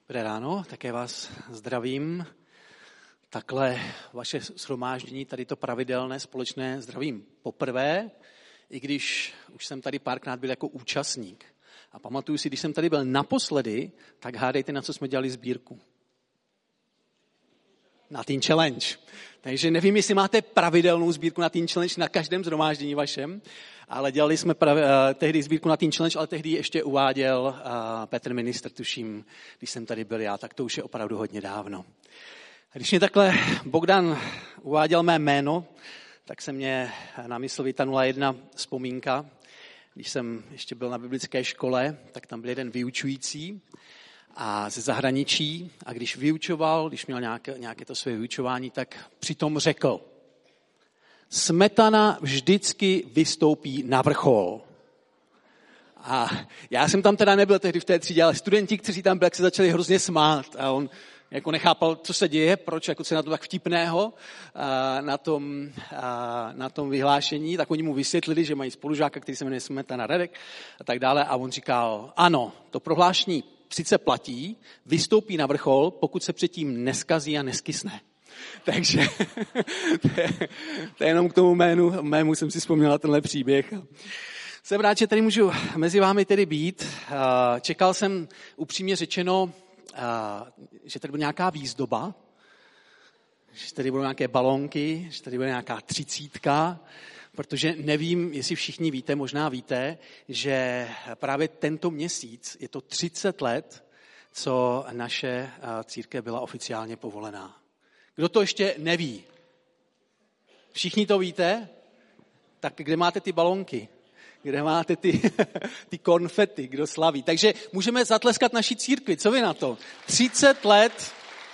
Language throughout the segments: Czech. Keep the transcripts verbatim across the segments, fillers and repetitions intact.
Dobré ráno, také vás zdravím. Takhle vaše shromáždění, tady to pravidelné společné zdravím poprvé, i když už jsem tady párkrát byl jako účastník. A pamatuju si, když jsem tady byl naposledy, tak hádejte, na co jsme dělali sbírku. Na Teen Challenge. Takže nevím, jestli máte pravidelnou sbírku na Teen Challenge na každém shromáždění vašem, ale dělali jsme pravi, uh, tehdy sbírku na Teen Challenge, ale tehdy ještě uváděl uh, Petr ministr, tuším, když jsem tady byl já, tak to už je opravdu hodně dávno. A když mě takhle Bogdan uváděl mé jméno, tak se mě na mysl vytanula jedna vzpomínka. Když jsem ještě byl na biblické škole, tak tam byl jeden vyučující a ze zahraničí. A když vyučoval, když měl nějaké, nějaké to své vyučování, tak přitom řekl: Smetana vždycky vystoupí na vrchol. A já jsem tam teda nebyl tehdy v té třídě, ale studenti, kteří tam byli, se začali hrozně smát. A on jako nechápal, co se děje, proč jako se na to tak vtipného na tom, na tom vyhlášení. Tak oni mu vysvětlili, že mají spolužáka, který se jmenuje Smetana Radek a tak dále. A on říkal, ano, to prohlášení sice platí, vystoupí na vrchol, pokud se předtím neskazí a neskysne. Takže to, je, to je jenom k tomu jménu, mému jsem si vzpomněl na tenhle příběh. Jsem rád, že tady můžu mezi vámi tedy být. Čekal jsem upřímně řečeno, že tady bude nějaká výzdoba, že tady budou nějaké balónky, že tady bude nějaká třicítka, protože nevím, jestli všichni víte, možná víte, že právě tento měsíc je to třicet let, co naše církev byla oficiálně povolená. Kdo to ještě neví? Všichni to víte? Tak kde máte ty balónky? Kde máte ty, ty konfety, kdo slaví? Takže můžeme zatleskat naší církvi. Co vy na to? třicet let,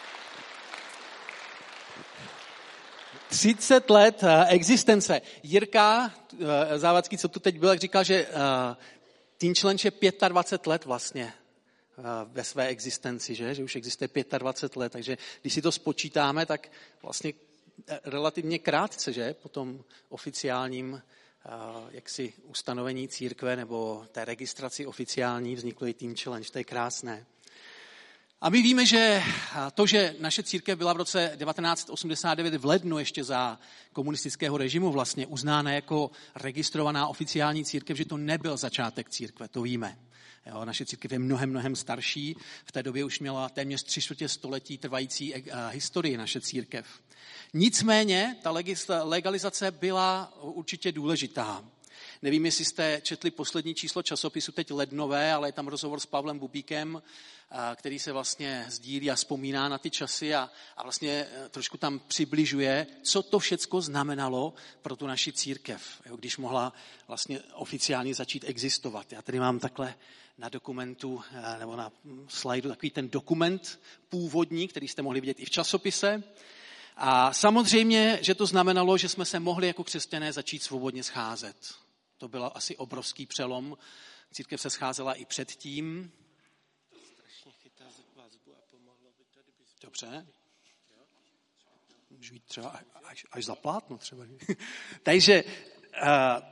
třicet let existence. Jirka Závadský, co tu teď byl, říkal, že Teen Challenge je dvacet pět let vlastně ve své existenci, že? Že už existuje dvacet pět let. Takže když si to spočítáme, tak vlastně relativně krátce, že? Po tom oficiálním jaksi ustanovení církve nebo té registraci oficiální vzniklo i Teen Challenge. To je krásné. A my víme, že to, že naše církev byla v roce devatenáct osmdesát devět v lednu ještě za komunistického režimu vlastně uznána jako registrovaná oficiální církev, že to nebyl začátek církve, to víme. Jo, naše církev je mnohem, mnohem starší. V té době už měla téměř tři čtvrtě století trvající historii naše církev. Nicméně ta legalizace byla určitě důležitá. Nevím, jestli jste četli poslední číslo časopisu, teď lednové, ale je tam rozhovor s Pavlem Bubíkem, který se vlastně sdílí a vzpomíná na ty časy a, a vlastně trošku tam přibližuje, co to všecko znamenalo pro tu naši církev, jo, když mohla vlastně oficiálně začít existovat. Já tady mám takhle na dokumentu nebo na slajdu takový ten dokument původní, který jste mohli vidět i v časopise. A samozřejmě, že to znamenalo, že jsme se mohli jako křesťané začít svobodně scházet. To byl asi obrovský přelom. Církev se scházela i předtím. To strašně chytá za vazbu a pomohlo by to, kdyby... Dobře. Můžu jít třeba až, až za plátno třeba. Takže, uh,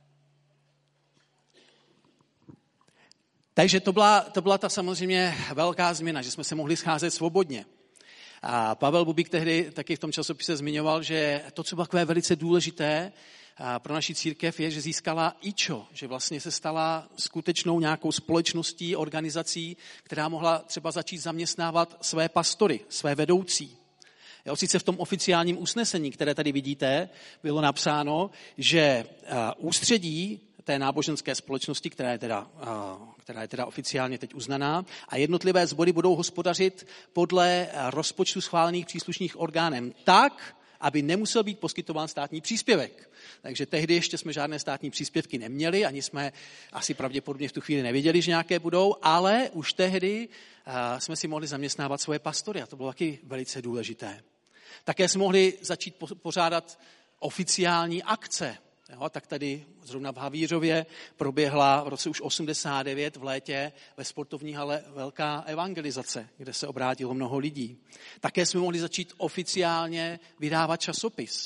takže to byla, to byla ta samozřejmě velká změna, že jsme se mohli scházet svobodně. A Pavel Bubík tehdy taky v tom časopise zmiňoval, že to, co bylo takové velice důležité pro naši církev, je, že získala I Č O, že vlastně se stala skutečnou nějakou společností, organizací, která mohla třeba začít zaměstnávat své pastory, své vedoucí. Jo, sice v tom oficiálním usnesení, které tady vidíte, bylo napsáno, že ústředí té náboženské společnosti, která je teda, která je teda oficiálně teď uznaná, a jednotlivé sbory budou hospodařit podle rozpočtu schválených příslušných orgánem tak, aby nemusel být poskytován státní příspěvek. Takže tehdy ještě jsme žádné státní příspěvky neměli, ani jsme asi pravděpodobně v tu chvíli nevěděli, že nějaké budou, ale už tehdy jsme si mohli zaměstnávat svoje pastory a to bylo taky velice důležité. Také jsme mohli začít pořádat oficiální akce. Jo, tak tady zrovna v Havířově proběhla v roce už osmdesát devět v létě ve sportovní hale velká evangelizace, kde se obrátilo mnoho lidí. Také jsme mohli začít oficiálně vydávat časopis.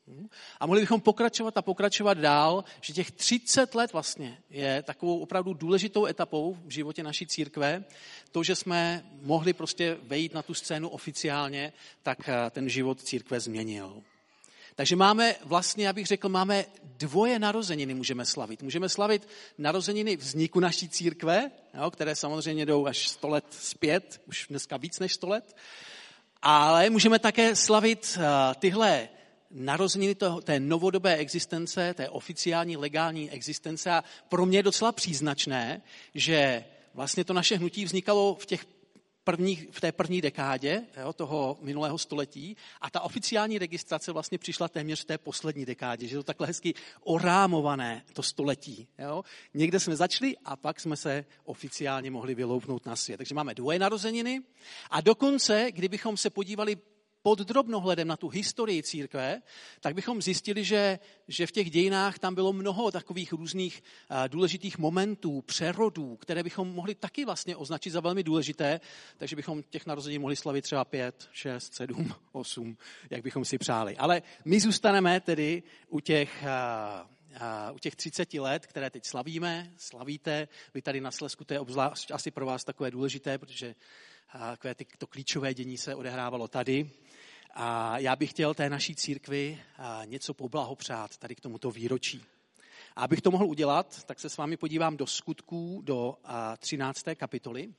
A mohli bychom pokračovat a pokračovat dál, že těch třicet let vlastně je takovou opravdu důležitou etapou v životě naší církve. To, že jsme mohli prostě vejít na tu scénu oficiálně, tak ten život církve změnil. Takže máme vlastně, já bych řekl, máme dvoje narozeniny můžeme slavit. Můžeme slavit narozeniny vzniku naší církve, jo, které samozřejmě jdou až sto let zpět, už dneska víc než sto let, ale můžeme také slavit tyhle narozeniny toho, té novodobé existence, té oficiální legální existence a pro mě je docela příznačné, že vlastně to naše hnutí vznikalo v těch prvních, v té první dekádě, jo, toho minulého století a ta oficiální registrace vlastně přišla téměř v té poslední dekádě, že to takhle hezky orámované to století. Jo. Někde jsme začali a pak jsme se oficiálně mohli vyloupnout na svět. Takže máme dvoje narozeniny a dokonce, kdybychom se podívali pod drobnohledem na tu historii církve, tak bychom zjistili, že, že v těch dějinách tam bylo mnoho takových různých uh, důležitých momentů, přerodů, které bychom mohli taky vlastně označit za velmi důležité, takže bychom těch narozenin mohli slavit třeba pět, šest, sedm, osm, jak bychom si přáli. Ale my zůstaneme tedy u těch, uh, uh, u těch třiceti let, které teď slavíme, slavíte. Vy tady na Slezsku, to je obzvlášť asi pro vás takové důležité, protože uh, to klíčové dění se odehrávalo tady. A já bych chtěl té naší církvi něco poblahopřát tady k tomuto výročí. A abych to mohl udělat, tak se s vámi podívám do Skutků, do třinácté kapitoly.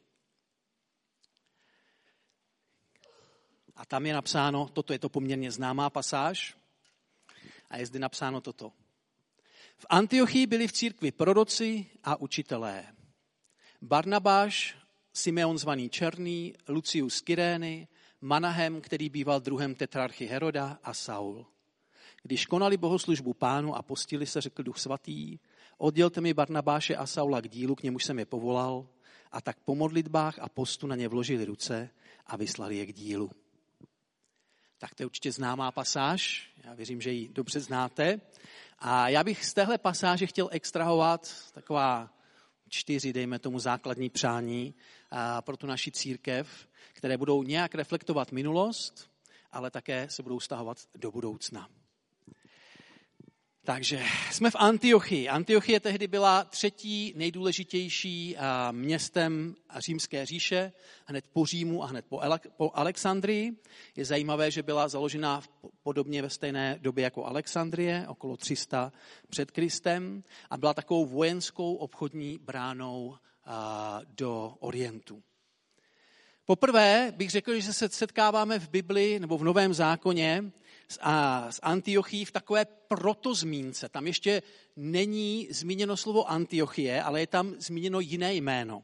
A tam je napsáno, toto je to poměrně známá pasáž, a je zde napsáno toto. V Antiochii byli v církvi proroci a učitelé. Barnabáš, Simeon zvaný Černý, Lucius z Kyrény, Manahem, který býval druhem tetrarchy Heroda, a Saul. Když konali bohoslužbu Pánu a postili se, řekl Duch svatý, oddělte mi Barnabáše a Saula k dílu, k němuž jsem je povolal, a tak po modlitbách a postu na ně vložili ruce a vyslali je k dílu. Tak to je určitě známá pasáž, já věřím, že ji dobře znáte. A já bych z téhle pasáže chtěl extrahovat taková čtyři, dejme tomu, základní přání pro tu naši církev, které budou nějak reflektovat minulost, ale také se budou vztahovat do budoucna. Takže jsme v Antiochii. Antiochie tehdy byla třetí nejdůležitější městem římské říše, hned po Římu a hned po Alexandrii. Je zajímavé, že byla založena podobně ve stejné době jako Alexandrie, okolo tři sta před Kristem, a byla takovou vojenskou obchodní bránou do Orientu. Poprvé bych řekl, že se setkáváme v Bibli nebo v Novém zákoně s Antiochií v takové protozmínce. Tam ještě není zmíněno slovo Antiochie, ale je tam zmíněno jiné jméno.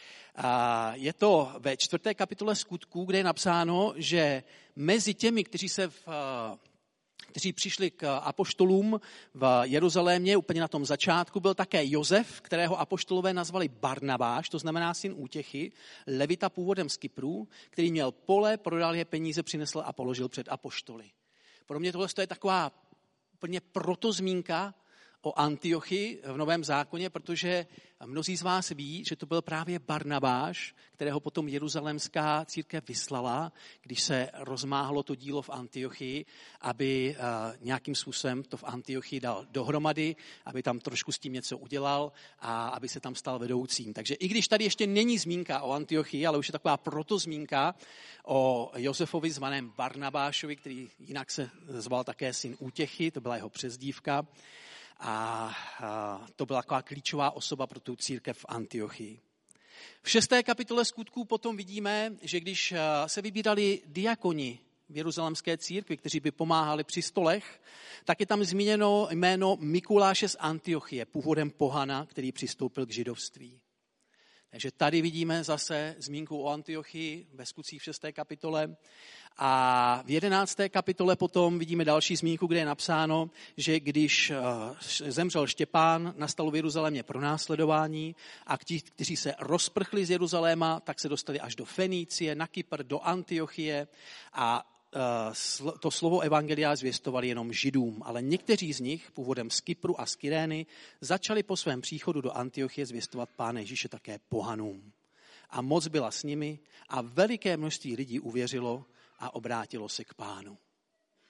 Je to ve čtvrté kapitole Skutků, kde je napsáno, že mezi těmi, kteří se v kteří přišli k apoštolům v Jeruzalémě, úplně na tom začátku, byl také Josef, kterého apoštolové nazvali Barnabáš, to znamená syn útěchy, levita původem z Kypru, který měl pole, prodal je, peníze přinesl a položil před apoštoly. Pro mě tohle je taková úplně protozmínka o Antiochii v Novém zákoně, protože mnozí z vás ví, že to byl právě Barnabáš, kterého potom jeruzalémská církev vyslala, když se rozmáhlo to dílo v Antiochii, aby nějakým způsobem to v Antiochii dal dohromady, aby tam trošku s tím něco udělal a aby se tam stal vedoucím. Takže i když tady ještě není zmínka o Antiochii, ale už je taková protozmínka o Josefovi zvaném Barnabášovi, který jinak se zval také syn útěchy, to byla jeho přezdívka. A to byla taková klíčová osoba pro tu církev v Antiochii. V šesté kapitole Skutků potom vidíme, že když se vybírali diakoni v jeruzalémské církvi, kteří by pomáhali při stolech, tak je tam zmíněno jméno Mikuláše z Antiochie, původem pohana, který přistoupil k židovství. Takže tady vidíme zase zmínku o Antiochii ve Skutcích v šesté kapitole. A v jedenácté kapitole potom vidíme další zmínku, kde je napsáno, že když zemřel Štěpán, nastalo v Jeruzalémě pronásledování a ti, kteří se rozprchli z Jeruzaléma, tak se dostali až do Fenicie, na Kypr, do Antiochie a to slovo evangelia zvěstovali jenom Židům, ale někteří z nich, původem z Kypru a z Kyrény, začali po svém příchodu do Antiochie zvěstovat Pána Ježíše také pohanům. A moc byla s nimi a veliké množství lidí uvěřilo a obrátilo se k Pánu.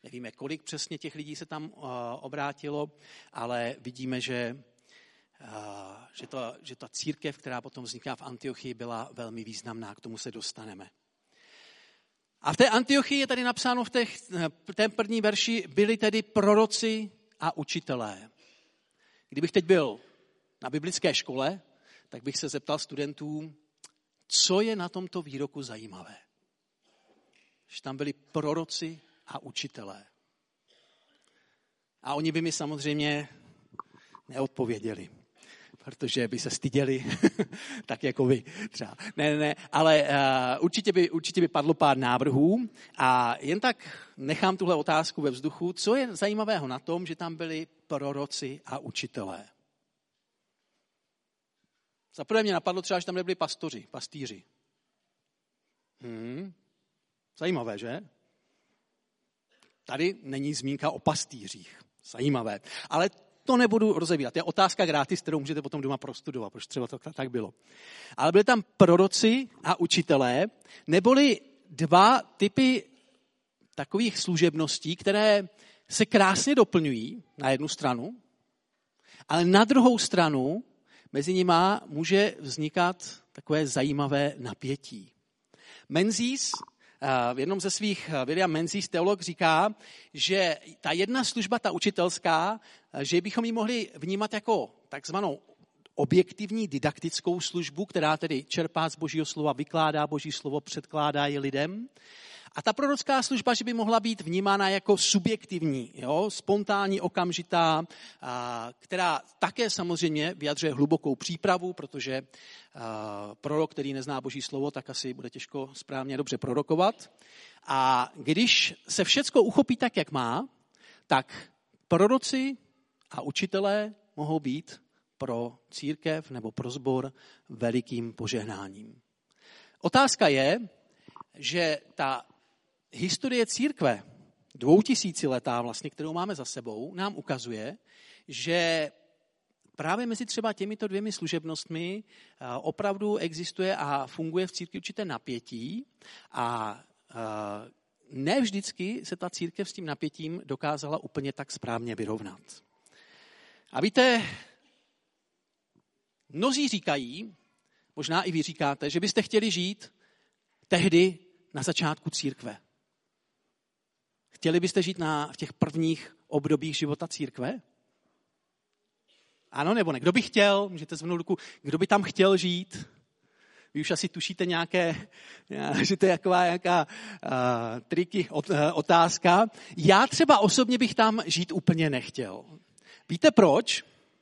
Nevíme, kolik přesně těch lidí se tam uh, obrátilo, ale vidíme, že, uh, že, to, že ta církev, která potom vzniká v Antiochii, byla velmi významná. K tomu se dostaneme. A v té Antiochii je tady napsáno v, těch, v té první verši, byli tedy proroci a učitelé. Kdybych teď byl na biblické škole, tak bych se zeptal studentů, co je na tomto výroku zajímavé. Že tam byli proroci a učitelé. A oni by mi samozřejmě neodpověděli, protože by se styděli, tak jako vy třeba. Ne, ne, ne, ale uh, určitě, by, určitě by padlo pár návrhů a jen tak nechám tuhle otázku ve vzduchu, co je zajímavého na tom, že tam byli proroci a učitelé. Zaprvé mě napadlo třeba, že tam nebyli pastoři, pastýři. Hmm. Zajímavé, že? Tady není zmínka o pastýřích. Zajímavé. Ale to nebudu rozebírat. To je otázka gratis, kterou můžete potom doma prostudovat, protože třeba to tak bylo. Ale byli tam proroci a učitelé, neboli dva typy takových služebností, které se krásně doplňují na jednu stranu, ale na druhou stranu mezi nima může vznikat takové zajímavé napětí. Menzies, v jednom ze svých, William Menzies, teolog, říká, že ta jedna služba, ta učitelská, že bychom ji mohli vnímat jako takzvanou objektivní didaktickou službu, která tedy čerpá z Božího slova, vykládá Boží slovo, předkládá je lidem. A ta prorocká služba, že by mohla být vnímána jako subjektivní, jo, spontánní, okamžitá, a, která také samozřejmě vyjadřuje hlubokou přípravu, protože a, prorok, který nezná Boží slovo, tak asi bude těžko správně dobře prorokovat. A když se všecko uchopí tak, jak má, tak proroci a učitelé mohou být pro církev nebo pro sbor velikým požehnáním. Otázka je, že ta historie církve, dvoutisíciletá vlastně, kterou máme za sebou, nám ukazuje, že právě mezi třeba těmito dvěmi služebnostmi opravdu existuje a funguje v církvi určité napětí a ne vždycky se ta církev s tím napětím dokázala úplně tak správně vyrovnat. A víte, mnozí říkají, možná i vy říkáte, že byste chtěli žít tehdy na začátku církve. Chtěli byste žít na, v těch prvních obdobích života církve? Ano nebo ne? Kdo by chtěl? Můžete zvednout ruku. Kdo by tam chtěl žít? Vy už asi tušíte nějaké, že to je taková nějaká uh, triky ot, uh, otázka. Já třeba osobně bych tam žít úplně nechtěl. Víte proč?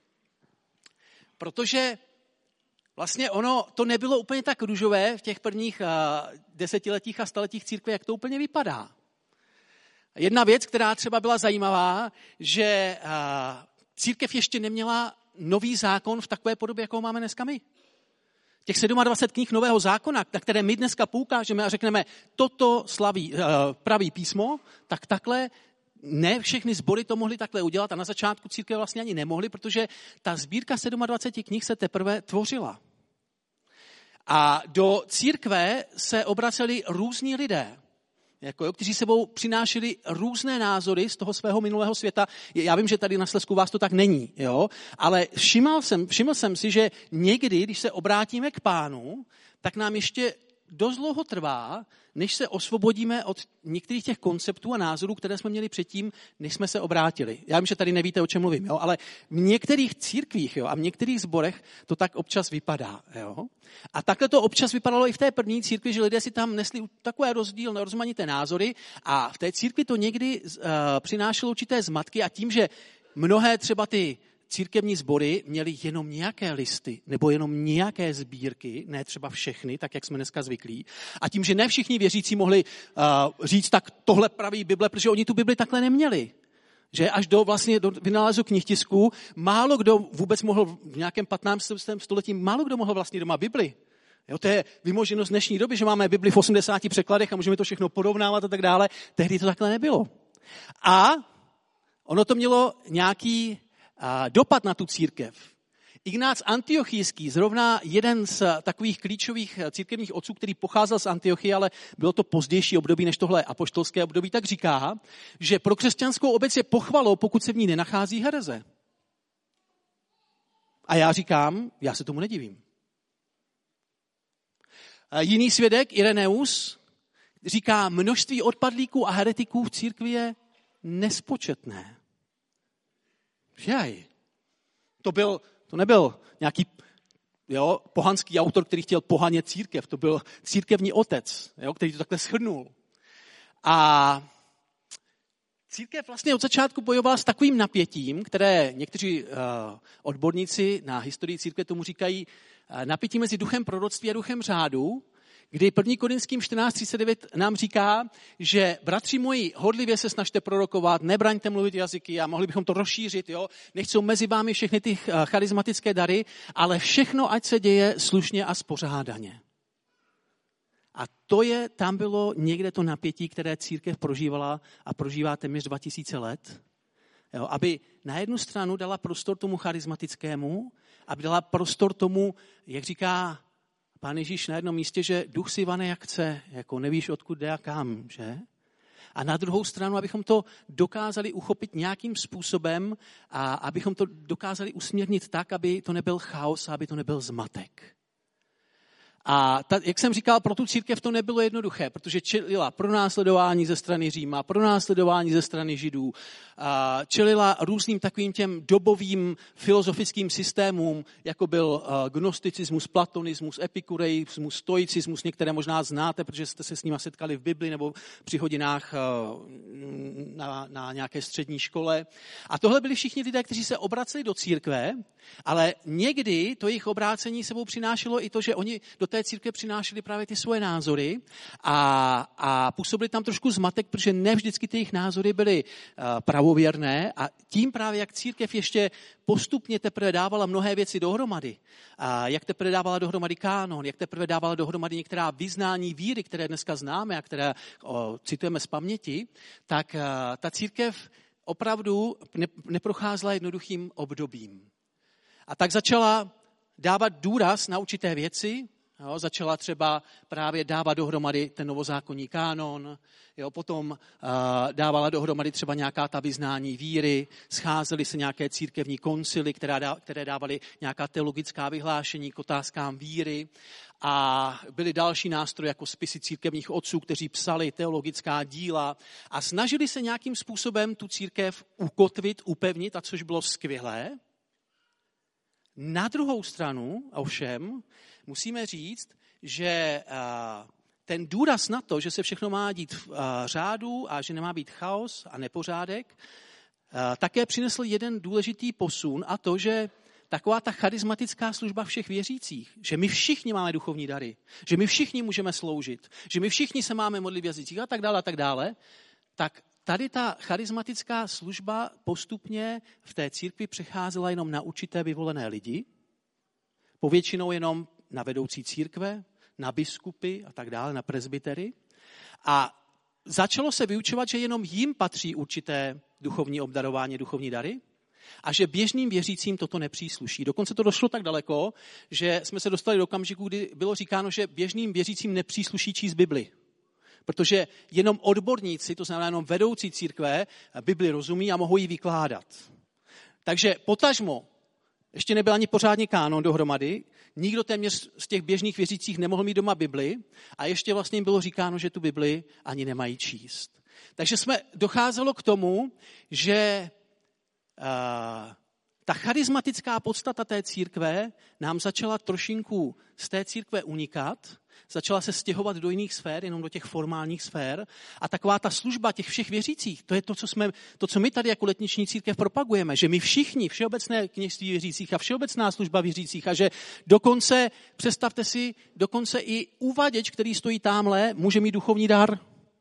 Protože vlastně ono to nebylo úplně tak růžové v těch prvních uh, desetiletích a staletích církve, jak to úplně vypadá. Jedna věc, která třeba byla zajímavá, že uh, církev ještě neměla nový zákon v takové podobě, jakou máme dneska my. Těch dvacet sedm knih Nového zákona, na které my dneska poukážeme a řekneme, toto slaví uh, pravý písmo, tak takhle ne všechny sbory to mohly takhle udělat a na začátku církve vlastně ani nemohly, protože ta sbírka dvacet sedm knih se teprve tvořila. A do církve se obraceli různí lidé, jako, jo, kteří sebou přinášeli různé názory z toho svého minulého světa. Já vím, že tady na Slezsku vás to tak není, jo? Ale všiml jsem, všiml jsem si, že někdy, když se obrátíme k Pánu, tak nám ještě dost dlouho trvá, než se osvobodíme od některých těch konceptů a názorů, které jsme měli předtím, než jsme se obrátili. Já vím, že tady nevíte, o čem mluvím, jo? Ale v některých církvích, jo, a v některých sborech to tak občas vypadá. Jo? A takhle to občas vypadalo i v té první církvi, že lidé si tam nesli takové rozdílné, rozmanité názory a v té církvi to někdy uh, přinášelo určité zmatky a tím, že mnohé třeba ty církevní sbory měly jenom nějaké listy nebo jenom nějaké sbírky, ne třeba všechny, tak jak jsme dneska zvyklí. A tím, že ne všichni věřící mohli uh, říct, tak tohle praví Bible, protože oni tu Bibli takhle neměli. Že až do vlastně do vynálezu knihtisku málo kdo vůbec mohl v nějakém patnáctém století, málo kdo mohl vlastně doma Bibli. Jo, to je vymoženost dnešní doby, že máme Bibli v osmdesáti překladech a můžeme to všechno porovnávat a tak dále. Tehdy to takhle nebylo. A ono to mělo nějaký a, dopad na tu církev. Ignác Antiochijský, zrovna jeden z takových klíčových církevních otců, který pocházel z Antiochie, ale bylo to pozdější období než tohle apoštolské období, tak říká, že pro křesťanskou obec je pochvalou, pokud se v ní nenachází hereze. A já říkám, já se tomu nedivím. A jiný svědek, Ireneus, říká, množství odpadlíků a heretiků v církvi je nespočetné. Žaj. To byl, to nebyl nějaký jo, pohanský autor, který chtěl pohanět církev. To byl církevní otec, jo, který to takhle shrnul. A církev vlastně od začátku bojovala s takovým napětím, které někteří uh, odborníci na historii církve tomu říkají uh, napětí mezi duchem proroctví a duchem řádu, kdy první Korinským čtrnáct třicet devět nám říká, že bratři moji, hodlivě se snažte prorokovat, nebraňte mluvit jazyky a mohli bychom to rozšířit, jo? Nechť jsou mezi vámi všechny ty charismatické dary, ale všechno, ať se děje slušně a spořádaně. A to je, tam bylo někde to napětí, které církev prožívala a prožívá téměř dva tisíce let. Jo? Aby na jednu stranu dala prostor tomu charismatickému, aby dala prostor tomu, jak říká Pán Ježíš na jednom místě, že duch si vane jak chce, jako nevíš odkud jde a kam, že? A na druhou stranu, abychom to dokázali uchopit nějakým způsobem a abychom to dokázali usměrnit tak, aby to nebyl chaos a aby to nebyl zmatek. A ta, jak jsem říkal, pro tu církev to nebylo jednoduché, protože čelila pronásledování ze strany Říma, pronásledování ze strany Židů, a čelila různým takovým těm dobovým filozofickým systémům, jako byl gnosticismus, platonismus, epikureismus, stoicismus, některé možná znáte, protože jste se s nimi setkali v Bibli nebo při hodinách na, na nějaké střední škole. A tohle byli všichni lidé, kteří se obraceli do církve, ale někdy to jejich obrácení sebou přinášelo i to, že oni do té církve přinášeli právě ty svoje názory a, a působili tam trošku zmatek, protože ne vždycky ty jejich názory byly uh, pravověrné a tím právě, jak církev ještě postupně teprve dávala mnohé věci dohromady, a jak teprve dávala dohromady kánon, jak teprve dávala dohromady některá vyznání víry, které dneska známe a které o, citujeme z paměti, tak uh, ta církev opravdu ne, neprocházela jednoduchým obdobím. A tak začala dávat důraz na určité věci, jo, začala třeba právě dávat dohromady ten novozákonní kánon, jo, potom uh, dávala dohromady třeba nějaká ta vyznání víry, scházely se nějaké církevní koncily, která dá, které dávaly nějaká teologická vyhlášení k otázkám víry a byly další nástroje jako spisy církevních otců, kteří psali teologická díla a snažili se nějakým způsobem tu církev ukotvit, upevnit, a což bylo skvělé. Na druhou stranu, ovšem, musíme říct, že ten důraz na to, že se všechno má dít v řádu a že nemá být chaos a nepořádek, také přinesl jeden důležitý posun a to, že taková ta charismatická služba všech věřících, že my všichni máme duchovní dary, že my všichni můžeme sloužit, že my všichni se máme modlit v jazycích a tak dále a tak dále, tak tady ta charismatická služba postupně v té církvi přecházela jenom na určité vyvolené lidi, povětšinou jenom na vedoucí církve, na biskupy a tak dále, na presbytery. A začalo se vyučovat, že jenom jim patří určité duchovní obdarování, duchovní dary a že běžným věřícím toto nepřísluší. Dokonce to došlo tak daleko, že jsme se dostali do okamžiku, kdy bylo říkáno, že běžným věřícím nepřísluší číst Bibli. Protože jenom odborníci, to znamená jenom vedoucí církve, Bibli rozumí a mohou ji vykládat. Takže potažmo, ještě nebyl ani pořádně kánon dohromady, nikdo téměř z těch běžných věřících nemohl mít doma Bibli a ještě vlastně jim bylo říkáno, že tu Bibli ani nemají číst. Takže jsme docházelo k tomu, že uh, ta charismatická podstata té církve nám začala trošinku z té církve unikat, začala se stěhovat do jiných sfér, jenom do těch formálních sfér. A taková ta služba těch všech věřících, to je to, co, jsme, to, co my tady jako letniční církev propagujeme, že my všichni, všeobecné kněžství věřících a všeobecná služba věřících a že dokonce, představte si, dokonce i uvaděč, který stojí támhle, může mít duchovní dar.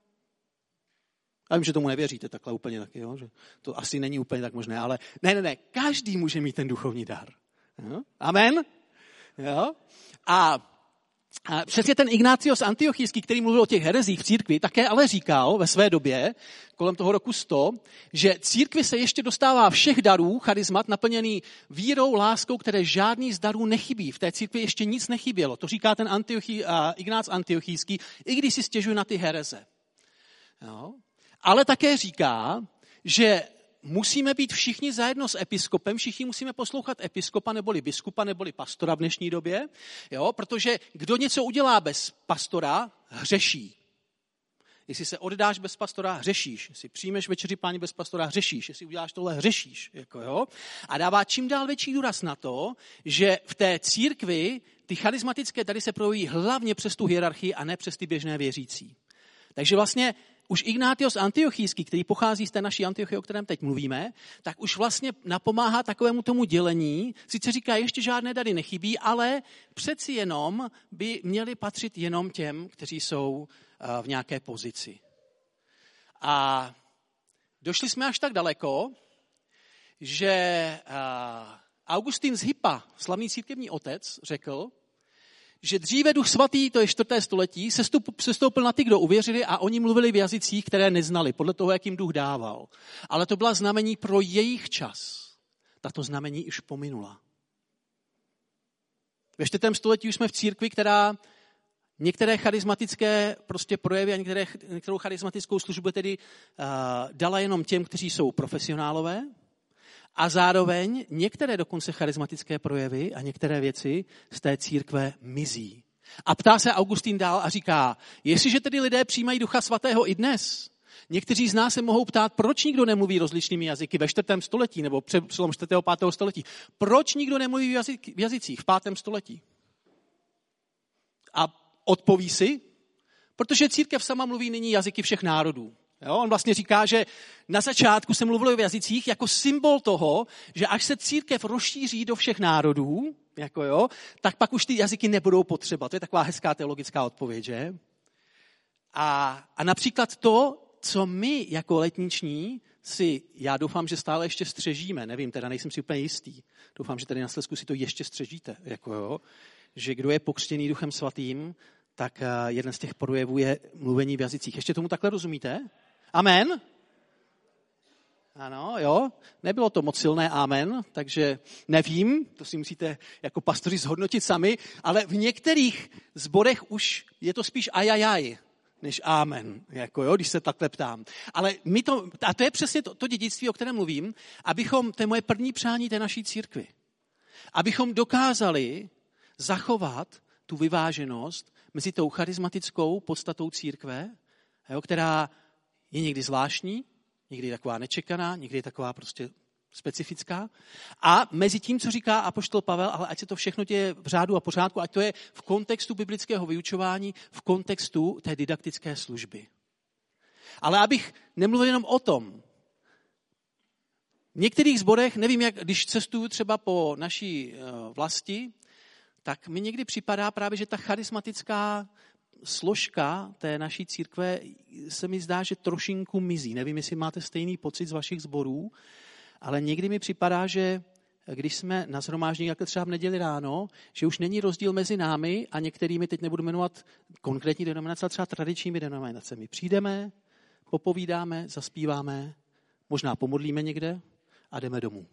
Já vím, že tomu nevěříte takhle úplně taky, jo? Že to asi není úplně tak možné, ale ne, ne, ne, každý může mít ten duchovní dar. Jo? Amen? Jo? A A přesně ten Ignácios Antiochijský, který mluvil o těch herezích v církvi, také ale říkal ve své době, kolem toho roku sto, že církvi se ještě dostává všech darů, charizmat, naplněný vírou, láskou, které žádný z darů nechybí. V té církvi ještě nic nechybělo. To říká ten Antiochí, uh, Ignác Antiochijský, i když si stěžuje na ty hereze. Jo? Ale také říká, že musíme být všichni zajedno s episkopem, všichni musíme poslouchat episkopa neboli biskupa neboli pastora v dnešní době, jo? Protože kdo něco udělá bez pastora, hřeší. Jestli se oddáš bez pastora, hřešíš. Jestli přijmeš večeři Páni bez pastora, hřešíš. Jestli uděláš tohle, hřešíš. Jako jo? A dává čím dál větší důraz na to, že v té církvi ty charismatické dary se projeví hlavně přes tu hierarchii a ne přes ty běžné věřící. Takže vlastně už Ignátios Antiochijský, který pochází z té naší Antiochie, o kterém teď mluvíme, tak už vlastně napomáhá takovému tomu dělení. Sice říká, ještě žádné dary nechybí, ale přeci jenom by měly patřit jenom těm, kteří jsou v nějaké pozici. A došli jsme až tak daleko, že Augustín z Hippa, slavný církevní otec, řekl, že dříve Duch Svatý, to je čtvrté století, sestoupil na ty, kdo uvěřili a oni mluvili v jazycích, které neznali, podle toho, jak jim Duch dával. Ale to byla znamení pro jejich čas. Tato znamení už pominula. Ve čtvrtém století už jsme v církvi, která některé charismatické prostě projevy a některé, některou charismatickou službu tedy uh, dala jenom těm, kteří jsou profesionálové, a zároveň některé dokonce charismatické projevy a některé věci z té církve mizí. A ptá se Augustín dál a říká, jestliže tedy lidé přijímají Ducha Svatého i dnes, někteří z nás se mohou ptát, proč nikdo nemluví rozličnými jazyky ve čtvrtém století nebo přelom čtvrtého pátého století. Proč nikdo nemluví v, jazyk, v jazycích v pátém století? A odpoví si, protože církev sama mluví nyní jazyky všech národů. Jo, on vlastně říká, že na začátku se mluvilo v jazycích jako symbol toho, že až se církev rozšíří do všech národů, jako jo, tak pak už ty jazyky nebudou potřeba. To je taková hezká teologická odpověď, že? A, a například to, co my jako letniční si, já doufám, že stále ještě střežíme, nevím, teda nejsem si úplně jistý, doufám, že tady na Slezsku si to ještě střežíte, jako jo, že kdo je pokřtěný Duchem Svatým, tak jeden z těch projevů je mluvení v jazycích. Ještě tomu takhle rozumíte? Amen? Ano, jo. Nebylo to moc silné amen, takže nevím, to si musíte jako pastoři zhodnotit sami, ale v některých zborech už je to spíš ajajaj, než amen, jako jo, když se takhle ptám. Ale my to, a to je přesně to, to dědictví, o kterém mluvím, abychom, to je moje první přání té naší církvi, abychom dokázali zachovat tu vyváženost mezi tou charismatickou podstatou církve, jo, která je někdy zvláštní, někdy taková nečekaná, někdy taková prostě specifická. A mezi tím, co říká apoštol Pavel, ale ať se to všechno děje v řádu a pořádku, ať to je v kontextu biblického vyučování, v kontextu té didaktické služby. Ale abych nemluvil jenom o tom, v některých sborech, nevím, jak když cestuju třeba po naší vlasti, tak mi někdy připadá právě, že ta charismatická složka té naší církve se mi zdá, že trošinku mizí. Nevím, jestli máte stejný pocit z vašich sborů, ale někdy mi připadá, že když jsme na shromáždění, jako třeba v neděli ráno, že už není rozdíl mezi námi a některými, teď nebudu jmenovat konkrétní denominace, ale třeba tradičními denominacemi. Přijdeme, popovídáme, zaspíváme, možná pomodlíme někde a jdeme domů.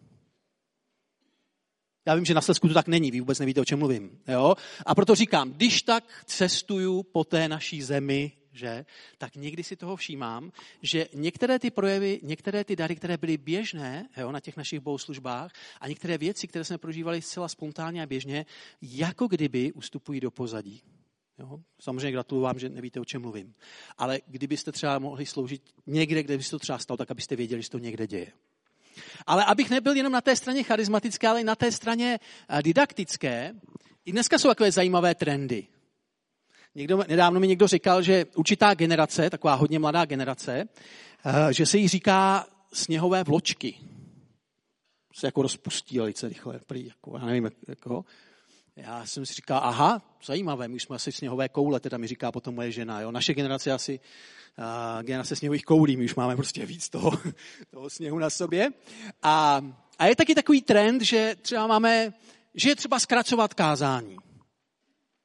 Já vím, že na Slezsku to tak není, vy vůbec nevíte, o čem mluvím. Jo? A proto říkám, když tak cestuju po té naší zemi, že, tak někdy si toho všímám, že některé ty projevy, některé ty dary, které byly běžné, jo, na těch našich bohoslužbách a některé věci, které jsme prožívali zcela spontánně a běžně, jako kdyby ustupují do pozadí. Jo? Samozřejmě gratuluju vám, že nevíte, o čem mluvím. Ale kdybyste třeba mohli sloužit někde, kde by se to třeba stalo, tak abyste věděli, že to někde děje. Ale abych nebyl jenom na té straně charismatické, ale i na té straně didaktické, i dneska jsou takové zajímavé trendy. Někdo, nedávno mi někdo říkal, že určitá generace, taková hodně mladá generace, že se jí říká sněhové vločky. Se jako rozpustí velice rychle. Prý, jako, já nevím, jako. Já jsem si říkal, aha, zajímavé, my jsme asi sněhové koule, teda mi říká potom moje žena. Jo? Naše generace je asi uh, generace sněhových koulí, my už máme prostě víc toho, toho sněhu na sobě. A, a je taky takový trend, že třeba máme, že je třeba zkracovat kázání.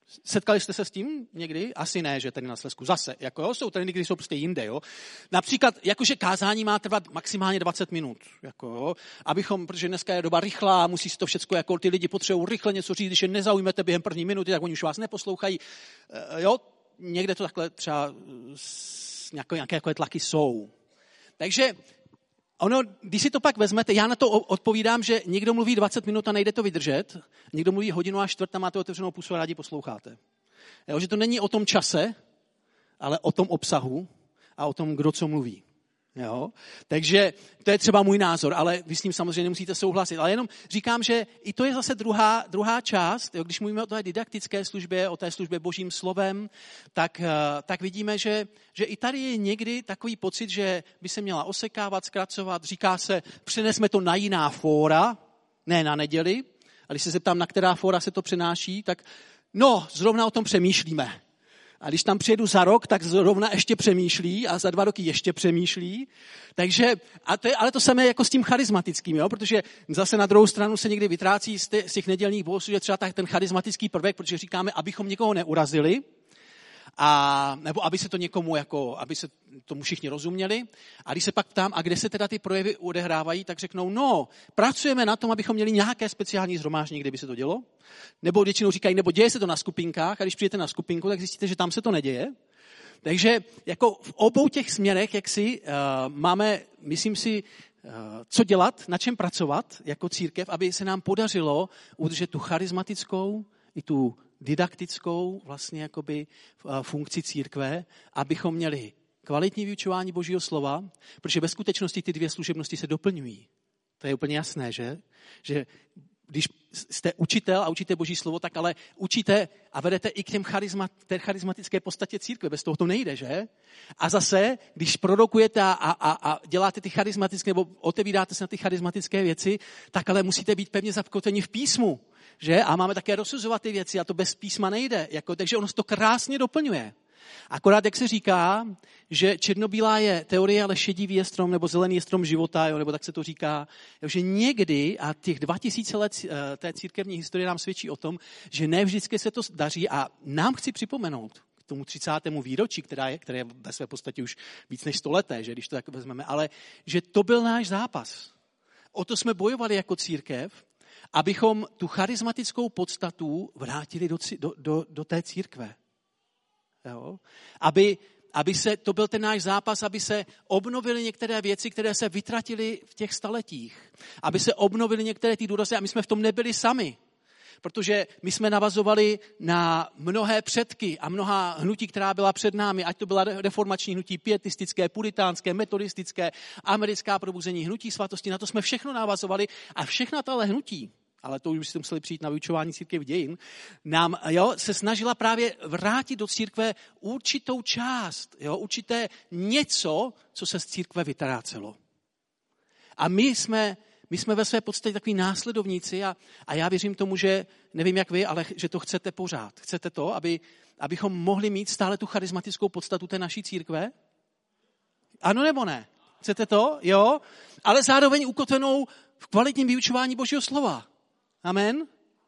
Setkali jste se s tím někdy? Asi ne, že tady na Slezsku. Zase, jako jo, jsou tady někdy jsou prostě jinde, jo. Například, jakože kázání má trvat maximálně dvacet minut, jako jo, abychom, protože dneska je doba rychlá, musí si to všechno, jako ty lidi potřebují rychle něco říct, když je nezaujmete během první minuty, tak oni už vás neposlouchají, jo. Někde to takhle třeba nějaké, nějaké jako tlaky jsou. Takže ono, když si to pak vezmete, já na to odpovídám, že někdo mluví dvacet minut a nejde to vydržet, někdo mluví hodinu a čtvrt a máte otevřenou pusu a rádi posloucháte. Jo, že to není o tom čase, ale o tom obsahu a o tom, kdo co mluví. Jo? Takže to je třeba můj názor, ale vy s ním samozřejmě nemusíte souhlasit. Ale jenom říkám, že i to je zase druhá, druhá část, jo? Když mluvíme o té didaktické službě, o té službě božím slovem, tak, tak vidíme, že, že i tady je někdy takový pocit, že by se měla osekávat, zkracovat. Říká se, přenesme to na jiná fóra, ne na neděli. A když se zeptám, na která fóra se to přenáší, tak no, zrovna o tom přemýšlíme. A když tam přijedu za rok, tak zrovna ještě přemýšlí a za dva roky ještě přemýšlí. Takže, a to je, ale to samé jako s tím charismatickým, jo? Protože zase na druhou stranu se někdy vytrácí z, ty, z těch nedělních bohoslužeb třeba tak ten charismatický prvek, protože říkáme, abychom někoho neurazili, a, nebo aby se to někomu, jako, aby se tomu všichni rozuměli. A když se pak ptám, a kde se teda ty projevy odehrávají, tak řeknou, no, pracujeme na tom, abychom měli nějaké speciální shromáždění, kde by se to dělo. Nebo většinou říkají, nebo děje se to na skupinkách, a když přijete na skupinku, tak zjistíte, že tam se to neděje. Takže jako v obou těch směrech, jak si uh, máme, myslím si, uh, co dělat, na čem pracovat jako církev, aby se nám podařilo udržet tu charismatickou i tu didaktickou vlastně jakoby funkci církve, abychom měli kvalitní vyučování Božího slova, protože ve skutečnosti ty dvě služebnosti se doplňují. To je úplně jasné, že? Že když jste učitel a učíte Boží slovo, tak ale učíte a vedete i k těm charizma, té charismatické podstatě církve. Bez toho to nejde, že? A zase, když produkujete a, a, a děláte ty charismatické, nebo otevíráte se na ty charismatické věci, tak ale musíte být pevně zakotveni v písmu. Že? A máme také rozsuzovat ty věci a to bez písma nejde. Jako, takže ono se to krásně doplňuje. Akorát, jak se říká, že černobílá je teorie, ale šedivý je strom, nebo zelený je strom života, jo, nebo tak se to říká, jo, že někdy, a těch dva tisíce let té církevní historie nám svědčí o tom, že ne vždycky se to daří a nám chci připomenout k tomu třicátému výročí, která je, které je ve své podstatě už víc než stoleté, že když to tak vezmeme, ale že to byl náš zápas. O to jsme bojovali jako církev, abychom tu charismatickou podstatu vrátili do, do, do, do té církve. Jo? Aby, aby se, to byl ten náš zápas, aby se obnovily některé věci, které se vytratily v těch staletích. Aby se obnovily některé ty důrazy a my jsme v tom nebyli sami. Protože my jsme navazovali na mnohé předky a mnoha hnutí, která byla před námi, ať to byla reformační hnutí, pietistické, puritánské, metodistické, americká probuzení, hnutí svatosti, na to jsme všechno navazovali a všechna tahle hnutí, ale to už byste museli přijít na vyučování církev dějin, nám jo, se snažila právě vrátit do církve určitou část, jo, určité něco, co se z církve vytrácelo. A my jsme My jsme ve své podstatě takový následovníci a, a já věřím tomu, že nevím jak vy, ale že to chcete pořád. Chcete to, aby, abychom mohli mít stále tu charismatickou podstatu té naší církve? Ano nebo ne? Chcete to? Jo? Ale zároveň ukotvenou v kvalitním vyučování Božího slova. Amen?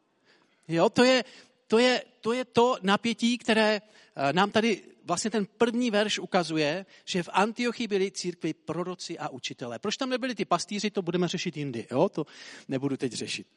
Jo, to je to, je, to, je to napětí, které nám tady vlastně ten první verš ukazuje, že v Antiochii byli církvi proroci a učitelé. Proč tam nebyli ty pastýři, to budeme řešit jindy. Jo? To nebudu teď řešit.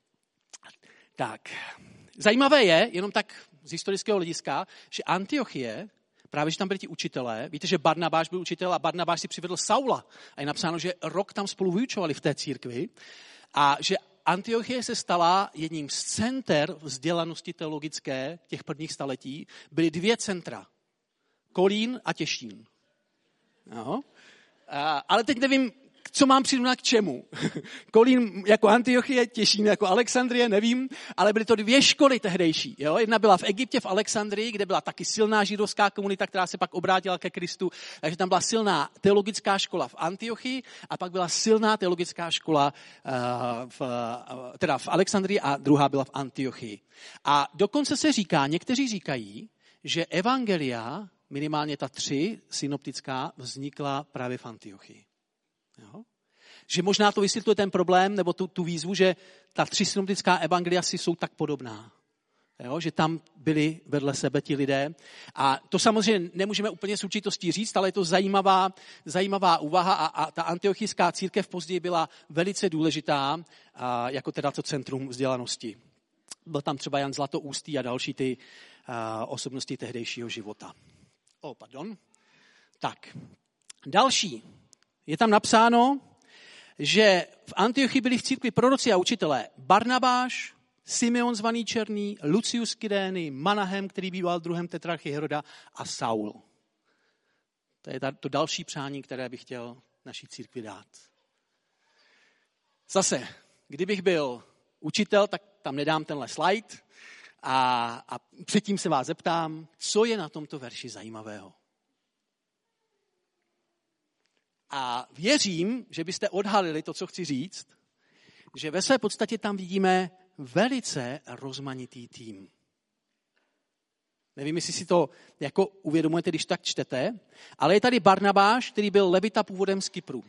Tak. Zajímavé je, jenom tak z historického hlediska, že Antiochie, právě že tam byli ti učitelé, víte, že Barnabáš byl učitel a Barnabáš si přivedl Saula. A je napsáno, že rok tam spolu vyučovali v té církvi a že Antiochie se stala jedním z center vzdělanosti teologické těch prvních staletí. Byly dvě centra. Kolín a Těšín. No. A, ale teď nevím, co mám přirovnat k čemu. Kolín jako Antiochie, Těšín jako Alexandrie, nevím, ale byly to dvě školy tehdejší. Jo? Jedna byla v Egyptě, v Alexandrii, kde byla taky silná židovská komunita, která se pak obrátila ke Kristu. Takže tam byla silná teologická škola v Antiochii a pak byla silná teologická škola uh, v, uh, teda v Alexandrii a druhá byla v Antiochii. A dokonce se říká, někteří říkají, že evangelia, minimálně ta tři synoptická, vznikla právě v Antiochii. Jo? Že možná to vysvětluje ten problém, nebo tu, tu výzvu, že ta tři synoptická evangelia si jsou tak podobná. Jo, že tam byli vedle sebe ti lidé. A to samozřejmě nemůžeme úplně s určitostí říct, ale je to zajímavá, zajímavá úvaha a, a ta antiochijská církev později byla velice důležitá, a, jako teda to centrum vzdělanosti. Byl tam třeba Jan Zlatoústý a další ty a, osobnosti tehdejšího života. Oh, pardon. Tak, další. Je tam napsáno, že v Antiochii byli v církvi proroci a učitelé Barnabáš, Simeon zvaný Černý, Lucius Kyrény, Manahem, který býval druhem tetrarchy Heroda a Saul. To je to další přání, které bych chtěl naší církvi dát. Zase, kdybych byl učitel, tak tam nedám tenhle slide a, a předtím se vás zeptám, co je na tomto verši zajímavého. A věřím, že byste odhalili to, co chci říct, že ve své podstatě tam vidíme velice rozmanitý tým. Nevím, jestli si to jako uvědomujete, když tak čtete, ale je tady Barnabáš, který byl levita původem z Kypru.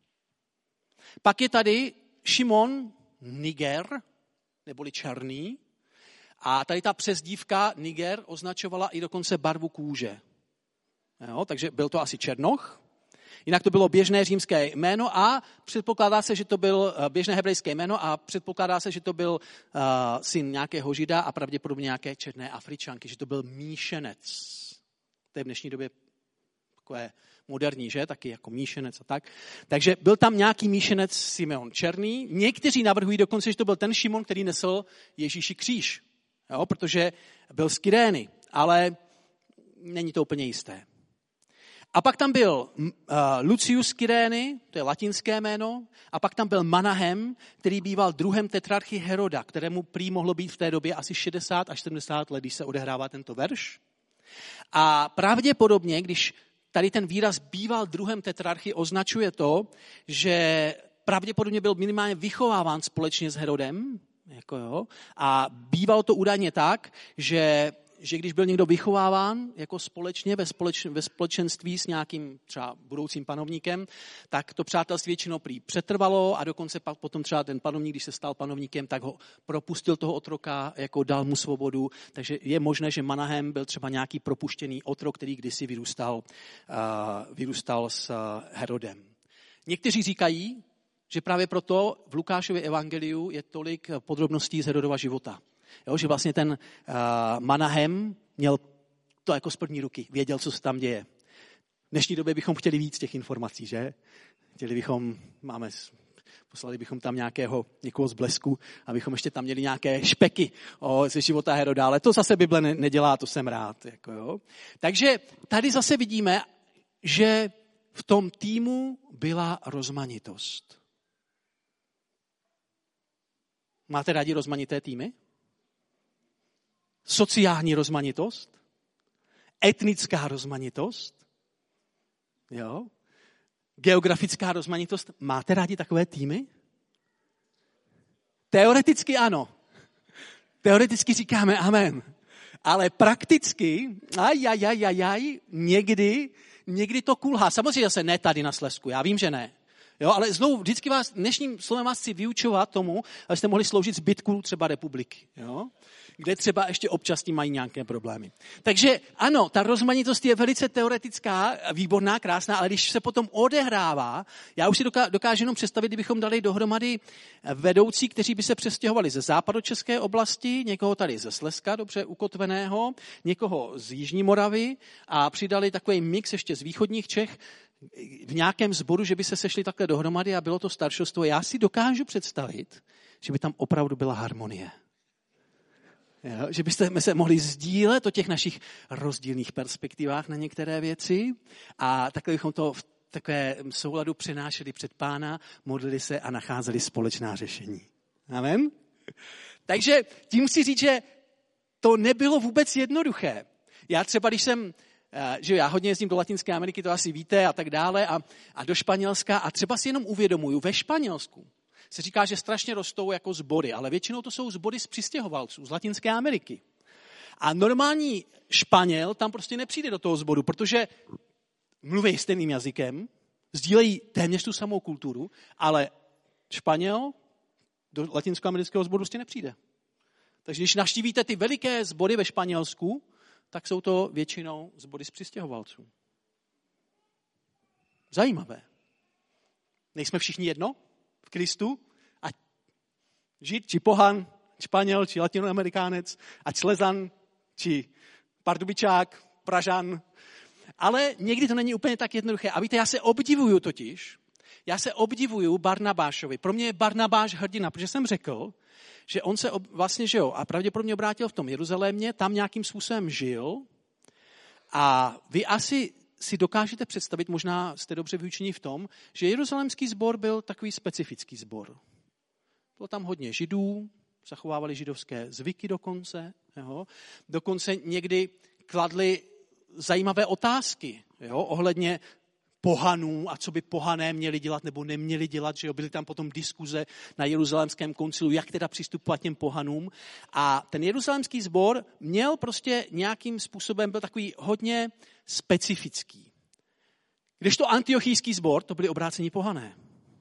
Pak je tady Šimon Niger, neboli černý, a tady ta přezdívka Niger označovala i dokonce barvu kůže. Jo, takže byl to asi černoch. Jinak to bylo běžné římské jméno a předpokládá se, že to byl běžné hebrejské jméno a předpokládá se, že to byl uh, syn nějakého Žida a pravděpodobně nějaké černé Afričanky, že to byl míšenec. To je v dnešní době takové moderní, že? Taky jako míšenec a tak. Takže byl tam nějaký míšenec Simeon Černý. Někteří navrhují dokonce, že to byl ten Šimon, který nesl Ježíši kříž, jo? Protože byl z Kyrény, ale není to úplně jisté. A pak tam byl uh, Lucius Kyrény, to je latinské jméno, a pak tam byl Manahem, který býval druhem tetrarchy Heroda, kterému prý mohlo být v té době asi šedesát až sedmdesát let, když se odehrává tento verš. A pravděpodobně, když tady ten výraz býval druhem tetrarchy, označuje to, že pravděpodobně byl minimálně vychováván společně s Herodem, jako jo, a bývalo to údajně tak, že že když byl někdo vychováván jako společně ve, společ, ve společenství s nějakým třeba budoucím panovníkem, tak to přátelství většinou prý přetrvalo a dokonce potom třeba ten panovník, když se stal panovníkem, tak ho propustil toho otroka, jako dal mu svobodu. Takže je možné, že Manahem byl třeba nějaký propuštěný otrok, který kdysi vyrůstal, uh, vyrůstal s uh, Herodem. Někteří říkají, že právě proto v Lukášově evangeliu je tolik podrobností z Herodova života. Jo, že vlastně ten uh, Manahem měl to jako z první ruky, věděl, co se tam děje. V dnešní době bychom chtěli víc těch informací, že? Chtěli bychom, máme, poslali bychom tam nějakého, někoho z Blesku, abychom ještě tam měli nějaké špeky o, ze života Heroda, ale to zase Bible ne, nedělá, to jsem rád. Jako jo. Takže tady zase vidíme, že v tom týmu byla rozmanitost. Máte rádi rozmanité týmy? Sociální rozmanitost, etnická rozmanitost, jo? Geografická rozmanitost. Máte rádi takové týmy? Teoreticky ano. Teoreticky říkáme amen. Ale prakticky, aj, aj, aj, aj, aj, někdy, někdy to kulhá. Samozřejmě zase ne tady na Slezsku, já vím, že ne. Jo, ale znovu, vždycky vás, dnešním slovem vás chci vyučovat tomu, abyste mohli sloužit zbytku třeba republiky, jo? Kde třeba ještě občas tím mají nějaké problémy. Takže ano, ta rozmanitost je velice teoretická, výborná, krásná, ale když se potom odehrává, já už si dokážu jenom představit, kdybychom dali dohromady vedoucí, kteří by se přestěhovali ze západočeské oblasti, někoho tady ze Slezska, dobře ukotveného, někoho z Jižní Moravy a přidali takový mix ještě z východních Čech, v nějakém sboru, že by se sešli takhle dohromady a bylo to staršostvo. Já si dokážu představit, že by tam opravdu byla harmonie. Jo, že byste se mohli sdílet o těch našich rozdílných perspektivách na některé věci a takhle bychom to v takovém souladu přenášeli před Pána, modlili se a nacházeli společná řešení. Amen? Takže tím chci říct, že to nebylo vůbec jednoduché. Já třeba, když jsem že já hodně jezdím do Latinské Ameriky, to asi víte, a tak dále, a, a do Španělska, a třeba si jenom uvědomuju, ve Španělsku se říká, že strašně rostou jako sbory, ale většinou to jsou sbory z přistěhovalců, z Latinské Ameriky. A normální Španěl tam prostě nepřijde do toho sboru, protože mluví stejným jazykem, sdílejí téměř tu samou kulturu, ale Španěl do latinskoamerického sboru prostě nepřijde. Takže když navštívíte ty veliké sbory ve Španělsku, tak jsou to většinou sbory z přistěhovalců. Zajímavé. Nejsme všichni jedno v Kristu? Ať Žid, či pohan, Španěl, či latinoamerikánec, ať Slezan, či Pardubičák, Pražan. Ale někdy to není úplně tak jednoduché. A víte, já se obdivuju totiž, já se obdivuju Barnabášovi. Pro mě je Barnabáš hrdina, protože jsem řekl, že on se ob, vlastně žil a pravděpodobně obrátil v tom Jeruzalémě, tam nějakým způsobem žil a vy asi si dokážete představit, možná jste dobře vyučení v tom, že jeruzalémský sbor byl takový specifický sbor. Bylo tam hodně Židů, zachovávali židovské zvyky dokonce, jo. Dokonce někdy kladli zajímavé otázky, jo, ohledně pohanů a co by pohané měli dělat nebo neměli dělat, že jo, byly tam potom diskuze na jeruzalémském koncilu, jak teda přistupovat těm pohanům. A ten jeruzalémský sbor měl prostě nějakým způsobem, byl takový hodně specifický. Kdežto antiochijský sbor, to byli obrácení pohané.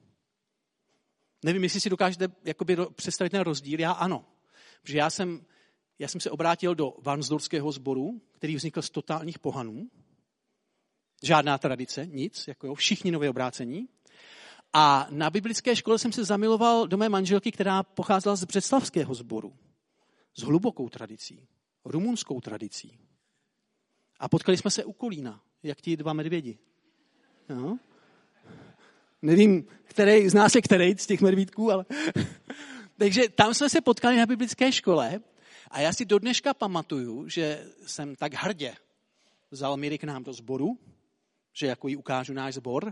Nevím, jestli si dokážete jakoby představit ten rozdíl, já ano. Protože já jsem, já jsem se obrátil do Varnsdorfského sboru, který vznikl z totálních pohanů. Žádná tradice, nic, jako jo, všichni nově obrácení. A na biblické škole jsem se zamiloval do mé manželky, která pocházela z břeclavského sboru. S hlubokou tradicí, rumunskou tradicí. A potkali jsme se u Kolína, jak ti dva medvědi. Jo? Nevím, který, z nás je který z těch medvídků, ale... Takže tam jsme se potkali na biblické škole a já si do dneška pamatuju, že jsem tak hrdě vzal Míry k nám do sboru, že jako jí ukážu náš sbor.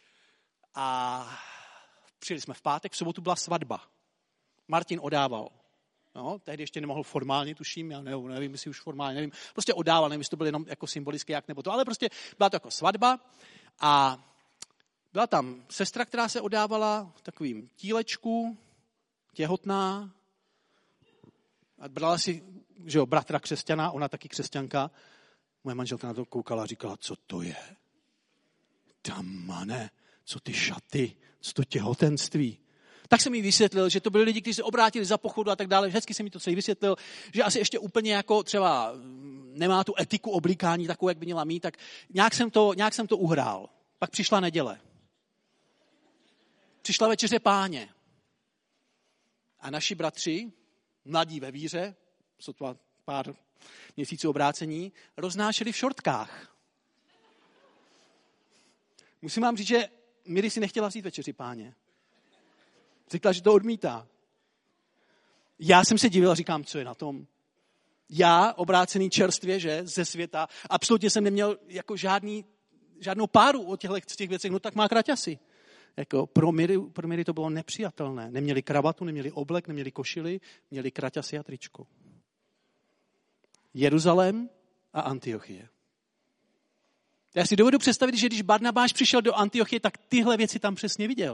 A přijeli jsme v pátek, v sobotu byla svatba. Martin odával. No, tehdy ještě nemohl formálně, tuším, já nevím, nevím, jestli už formálně, nevím. Prostě odával, nevím, jestli to bylo jenom jako symbolické, jak nebo to, ale prostě byla to jako svatba a byla tam sestra, která se odávala v takovým tílečku, těhotná, a brala si, že jo, bratra křesťana, ona taky křesťanka. Moje manželka na to koukala a říkala, co to je? Damane, co ty šaty, co to těhotenství? Tak jsem jí vysvětlil, že to byli lidi, kteří se obrátili za pochodu a tak dále. Vždycky jsem mi to celý vysvětlil, že asi ještě úplně jako třeba nemá tu etiku oblíkání takovou, jak by měla mít, tak nějak jsem to, nějak jsem to uhrál. Pak přišla neděle. Přišla večeře Páně. A naši bratři, mladí ve víře, sotva pár měsíců obrácení, roznášeli v šortkách. Musím vám říct, že Miri si nechtěla vzít večeři Páně. Řekla, že to odmítá. Já jsem se divil a říkám, co je na tom. Já, obrácený čerstvě, že, ze světa, absolutně jsem neměl jako žádný, žádnou páru o těchto těch věcech, no tak má kraťasy. Jako pro Miri, pro Miri to bylo nepřijatelné. Neměli kravatu, neměli oblek, neměli košili, měli kraťasy a tričko. Jeruzalém a Antiochie. Já si dovedu představit, že když Barnabáš přišel do Antiochie, tak tyhle věci tam přesně viděl.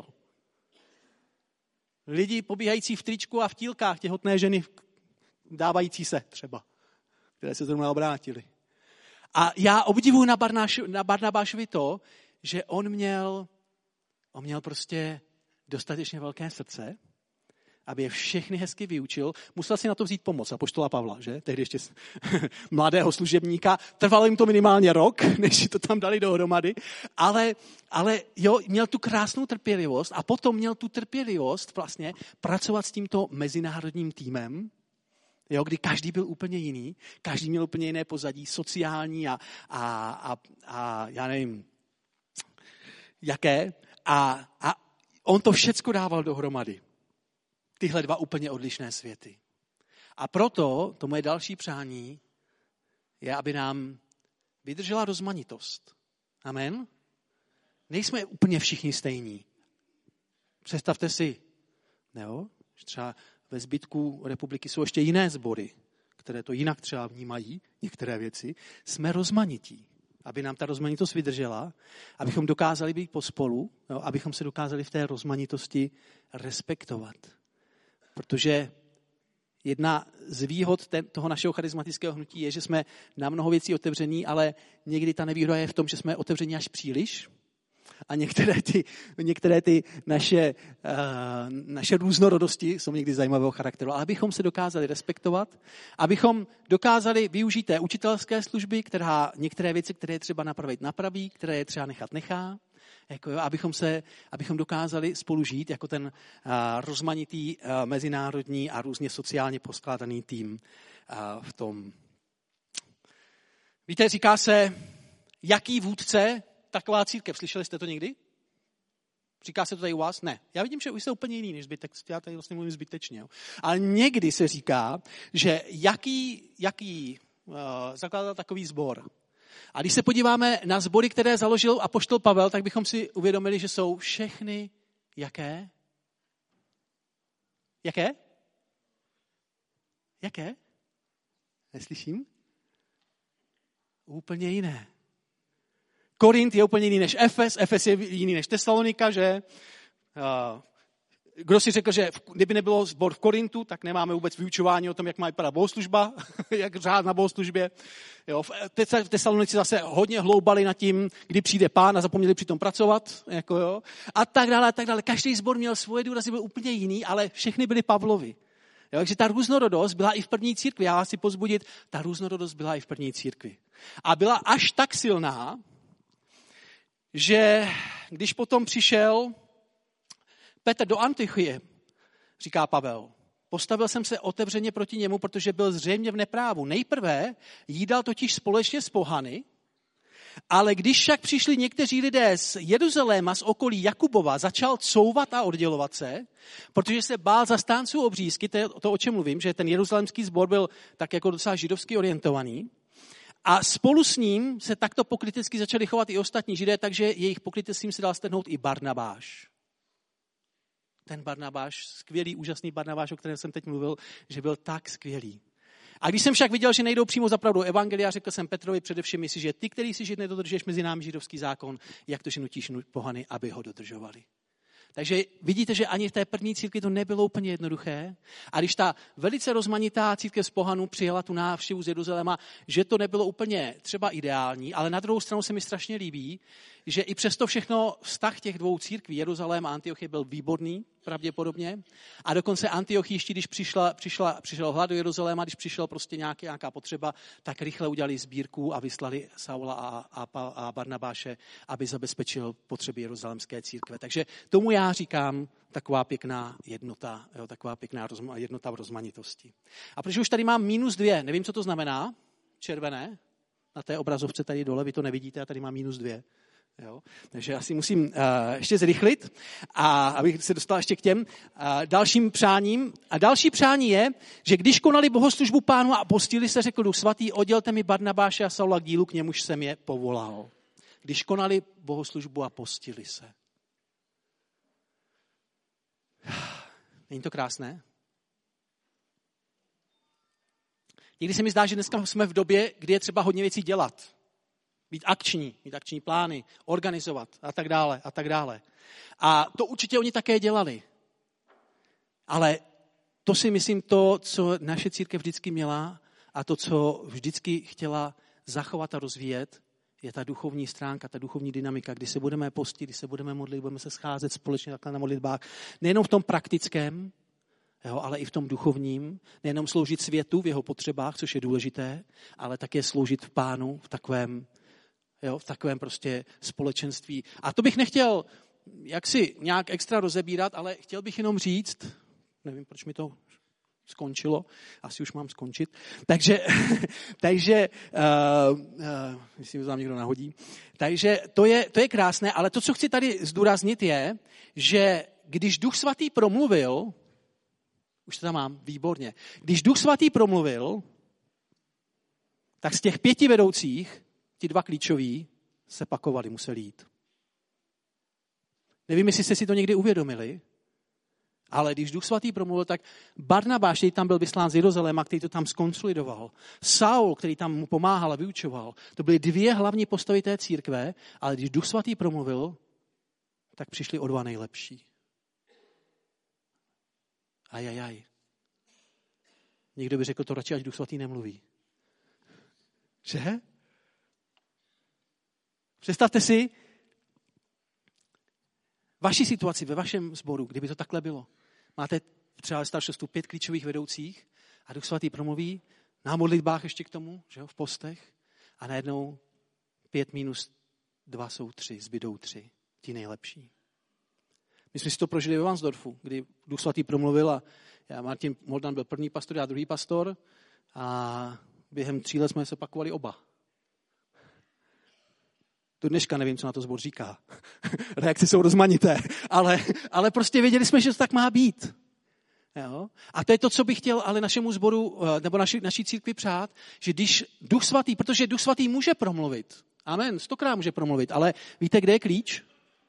Lidi pobíhající v tričku a v tílkách, těhotné ženy dávající se třeba, které se zrovna obrátily. A já obdivuju na, na Barnabášovi to, že on měl, on měl prostě dostatečně velké srdce, aby je všechny hezky vyučil. Musel si na to vzít pomoc apoštola Pavla, že? Tehdy ještě mladého služebníka. Trvalo jim to minimálně rok, než si to tam dali dohromady. Ale, ale jo, měl tu krásnou trpělivost a potom měl tu trpělivost vlastně pracovat s tímto mezinárodním týmem, jo, kdy každý byl úplně jiný, každý měl úplně jiné pozadí, sociální a, a, a, a já nevím, jaké. A, a on to všecko dával dohromady. Tyhle dva úplně odlišné světy. A proto to moje další přání je, aby nám vydržela rozmanitost. Amen? Nejsme úplně všichni stejní. Představte si, jo, že třeba ve zbytku republiky jsou ještě jiné sbory, které to jinak třeba vnímají, některé věci. Jsme rozmanití. Aby nám ta rozmanitost vydržela, abychom dokázali být pospolu, jo, abychom se dokázali v té rozmanitosti respektovat. Protože jedna z výhod ten, toho našeho charismatického hnutí je, že jsme na mnoho věcí otevření, ale někdy ta nevýhoda je v tom, že jsme otevření až příliš A některé ty, některé ty naše, uh, naše různorodosti jsou někdy zajímavého charakteru. Ale abychom se dokázali respektovat, abychom dokázali využít té učitelské služby, která některé věci, které je třeba napravit, napraví, které je třeba nechat, nechá. Jako jo, abychom, se, abychom dokázali spolu žít jako ten uh, rozmanitý uh, mezinárodní a různě sociálně poskládaný tým uh, v tom. Víte, říká se, jaký vůdce taková církev. Slyšeli jste to někdy? Říká se to tady u vás? Ne. Já vidím, že už jste úplně jiný než zbytek. Já tady vlastně mluvím zbytečně. Jo. Ale někdy se říká, že jaký, jaký uh, zakládal takový sbor. A když se podíváme na sbory, které založil apoštol Pavel, tak bychom si uvědomili, že jsou všechny jaké? Jaké? Jaké? Neslyším? Úplně jiné. Korint je úplně jiný než Efes, Efes je jiný než Tesalonika, že? Kdo si řekl, že kdyby nebylo sbor v Korintu, tak nemáme vůbec vyučování o tom, jak má vypadat bohoslužba, jak řád na bohoslužbě. Jo, v Tesalonici zase hodně hloubali nad tím, kdy přijde Pán a zapomněli přitom pracovat. Jako jo, a tak dále, a tak dále. Každý sbor měl svoje důrazy, byl úplně jiný, ale všechny byly Pavlovi. Jo, takže ta různorodost byla i v první církvi. Já vás chci pozbudit, ta různorodost byla i v první církvi. A byla až tak silná, že když potom přišel Petr do Antiochie, říká Pavel, postavil jsem se otevřeně proti němu, protože byl zřejmě v neprávu. Nejprve jídal totiž společně s pohany, ale když však přišli někteří lidé z Jeruzaléma, z okolí Jakubova, začal couvat a oddělovat se, protože se bál zastánců obřízky, to je to, o čem mluvím, že ten jeruzalémský sbor byl tak jako docela židovsky orientovaný. A spolu s ním se takto pokrytecky začali chovat i ostatní Židé, takže jejich pokrytectvím se dal strhnout i Barnabáš. Ten Barnabáš, skvělý, úžasný Barnabáš, o kterém jsem teď mluvil, že byl tak skvělý. A když jsem však viděl, že nejdou přímo za pravdou evangelia, řekl jsem Petrovi především, myslíš, že ty, který si žid nedodržuješ mezi námi židovský zákon, jak to, že nutíš pohany, aby ho dodržovali. Takže vidíte, že ani v té první církvi to nebylo úplně jednoduché. A když ta velice rozmanitá církev z pohanů přijela tu návštěvu z Jeruzaléma, že to nebylo úplně třeba ideální, ale na druhou stranu se mi strašně líbí, že i přesto všechno vztah těch dvou církví, Jeruzalém a Antiochie, byl výborný, pravděpodobně. A dokonce Antiochii, když přišla, přišla, přišel hlad do Jeruzaléma, když přišel prostě nějaký, nějaká potřeba, tak rychle udělali sbírku a vyslali Saula a, a, a Barnabáše, aby zabezpečil potřeby jeruzalémské církve. Takže tomu já říkám taková pěkná jednota, jo, taková pěkná rozma, jednota v rozmanitosti. A protože už tady mám minus dvě, nevím, co to znamená, červené, na té obrazovce tady dole, vy to nevidíte, a tady mám minus dvě. Jo? Takže asi musím uh, ještě zrychlit, a abych se dostal ještě k těm uh, dalším přáním. A další přání je, že když konali bohoslužbu Pánu a postili se, řekl Duch Svatý, oddělte mi Barnabáše a Saula k dílu, k němuž jsem je povolal. Když konali bohoslužbu a postili se. Není to krásné? Někdy se mi zdá, že dneska jsme v době, kdy je třeba hodně věcí dělat. Být akční, mít akční plány, organizovat a tak dále a tak dále. A to určitě oni také dělali. Ale to si myslím to, co naše církev vždycky měla a to, co vždycky chtěla zachovat a rozvíjet, je ta duchovní stránka, ta duchovní dynamika, kdy se budeme postit, kdy se budeme modlit, budeme se scházet společně takhle na modlitbách. Nejenom v tom praktickém, jo, ale i v tom duchovním. Nejenom sloužit světu v jeho potřebách, což je důležité, ale také sloužit v Pánu v takovém Jo, v takovém prostě společenství. A to bych nechtěl jaksi nějak extra rozebírat, ale chtěl bych jenom říct, nevím, proč mi to skončilo, asi už mám skončit, takže, takže uh, uh, myslím, že vám někdo nahodí. Takže to je, to je krásné, ale to, co chci tady zdůraznit, je, že když Duch Svatý promluvil, už to tam mám, výborně, když Duch Svatý promluvil, tak z těch pěti vedoucích ti dva klíčoví se pakovali, museli jít. Nevím, jestli jste si to někdy uvědomili, ale když Duch Svatý promluvil, tak Barnabáš, který tam byl vyslán z Jeruzaléma, který to tam skonsolidoval, Saul, který tam mu pomáhal a vyučoval, to byly dvě hlavní postavy té církve, ale když Duch Svatý promluvil, tak přišli o dva nejlepší. Ajajaj. Někdo by řekl, to radši, ať Duch Svatý nemluví. Že? Představte si, vaší situaci, ve vašem sboru, kdyby to takhle bylo. Máte třeba ve staršostu pět klíčových vedoucích a Duch Svatý promluví na modlitbách ještě k tomu, že jo, v postech a najednou pět minus dva jsou tři, zbydou tři, ti nejlepší. My jsme si to prožili ve Vansdorfu, kdy Duch Svatý promluvil a já, Martin Moldan byl první pastor, já druhý pastor a během tří let jsme se opakovali oba. Do dneška nevím, co na to sbor říká. Reakce jsou rozmanité, ale, ale prostě věděli jsme, že to tak má být. Jo? A to je to, co bych chtěl ale našemu sboru, nebo naši, naší církvi přát, že když Duch Svatý, protože Duch Svatý může promluvit, amen, stokrát může promluvit, ale víte, kde je klíč?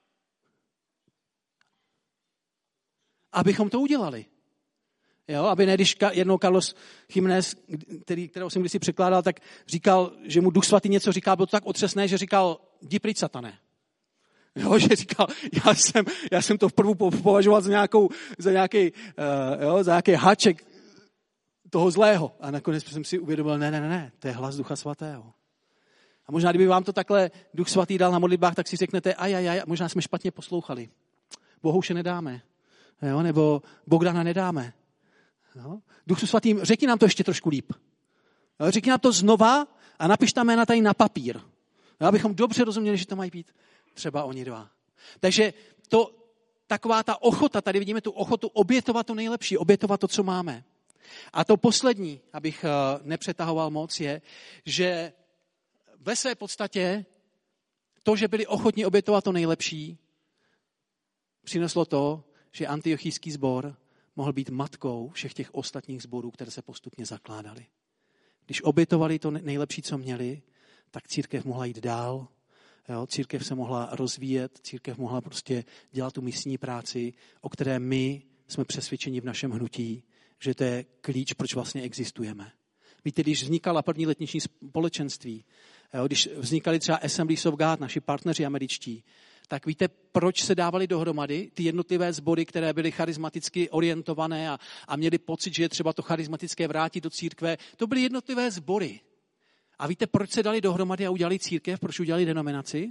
Abychom to udělali. Jo, aby ne, když jednou Carlos Jiménez, který, kterého jsem kdysi překládal, tak říkal, že mu Duch Svatý něco říkal, bylo to tak otřesné, že říkal, jdi pryč, satane. Jo, že říkal, já jsem, já jsem to vprvu považoval za, nějakou, za, nějaký, uh, jo, za nějaký háček toho zlého. A nakonec jsem si uvědomil, ne, ne, ne, ne, to je hlas Ducha Svatého. A možná, kdyby vám to takhle Duch Svatý dal na modlitbách, tak si řeknete, aj, aj, aj, možná jsme špatně poslouchali. Bohouše nedáme. Jo, nebo Bogdana nedáme. Jo? Duchu Svatým, řekni nám to ještě trošku líp. Jo? Řekni nám to znova a napiš tam jména tady na papír. Jo? Abychom dobře rozuměli, že to mají být třeba oni dva. Takže to, taková ta ochota, tady vidíme tu ochotu obětovat to nejlepší, obětovat to, co máme. A to poslední, abych nepřetahoval moc, je, že ve své podstatě to, že byli ochotní obětovat to nejlepší, přineslo to, že antiochijský sbor mohl být matkou všech těch ostatních sborů, které se postupně zakládaly. Když obětovali to nejlepší, co měli, tak církev mohla jít dál, jo? Církev se mohla rozvíjet, církev mohla prostě dělat tu misijní práci, o které my jsme přesvědčeni v našem hnutí, že to je klíč, proč vlastně existujeme. Víte, když vznikala první letniční společenství, jo? Když vznikaly třeba Assemblies of God, naši partneři američtí, tak víte, proč se dávali dohromady ty jednotlivé sbory, které byly charismaticky orientované a, a měli pocit, že je třeba to charismatické vrátit do církve. To byly jednotlivé sbory. A víte, proč se dali dohromady a udělali církev? Proč udělali denominaci?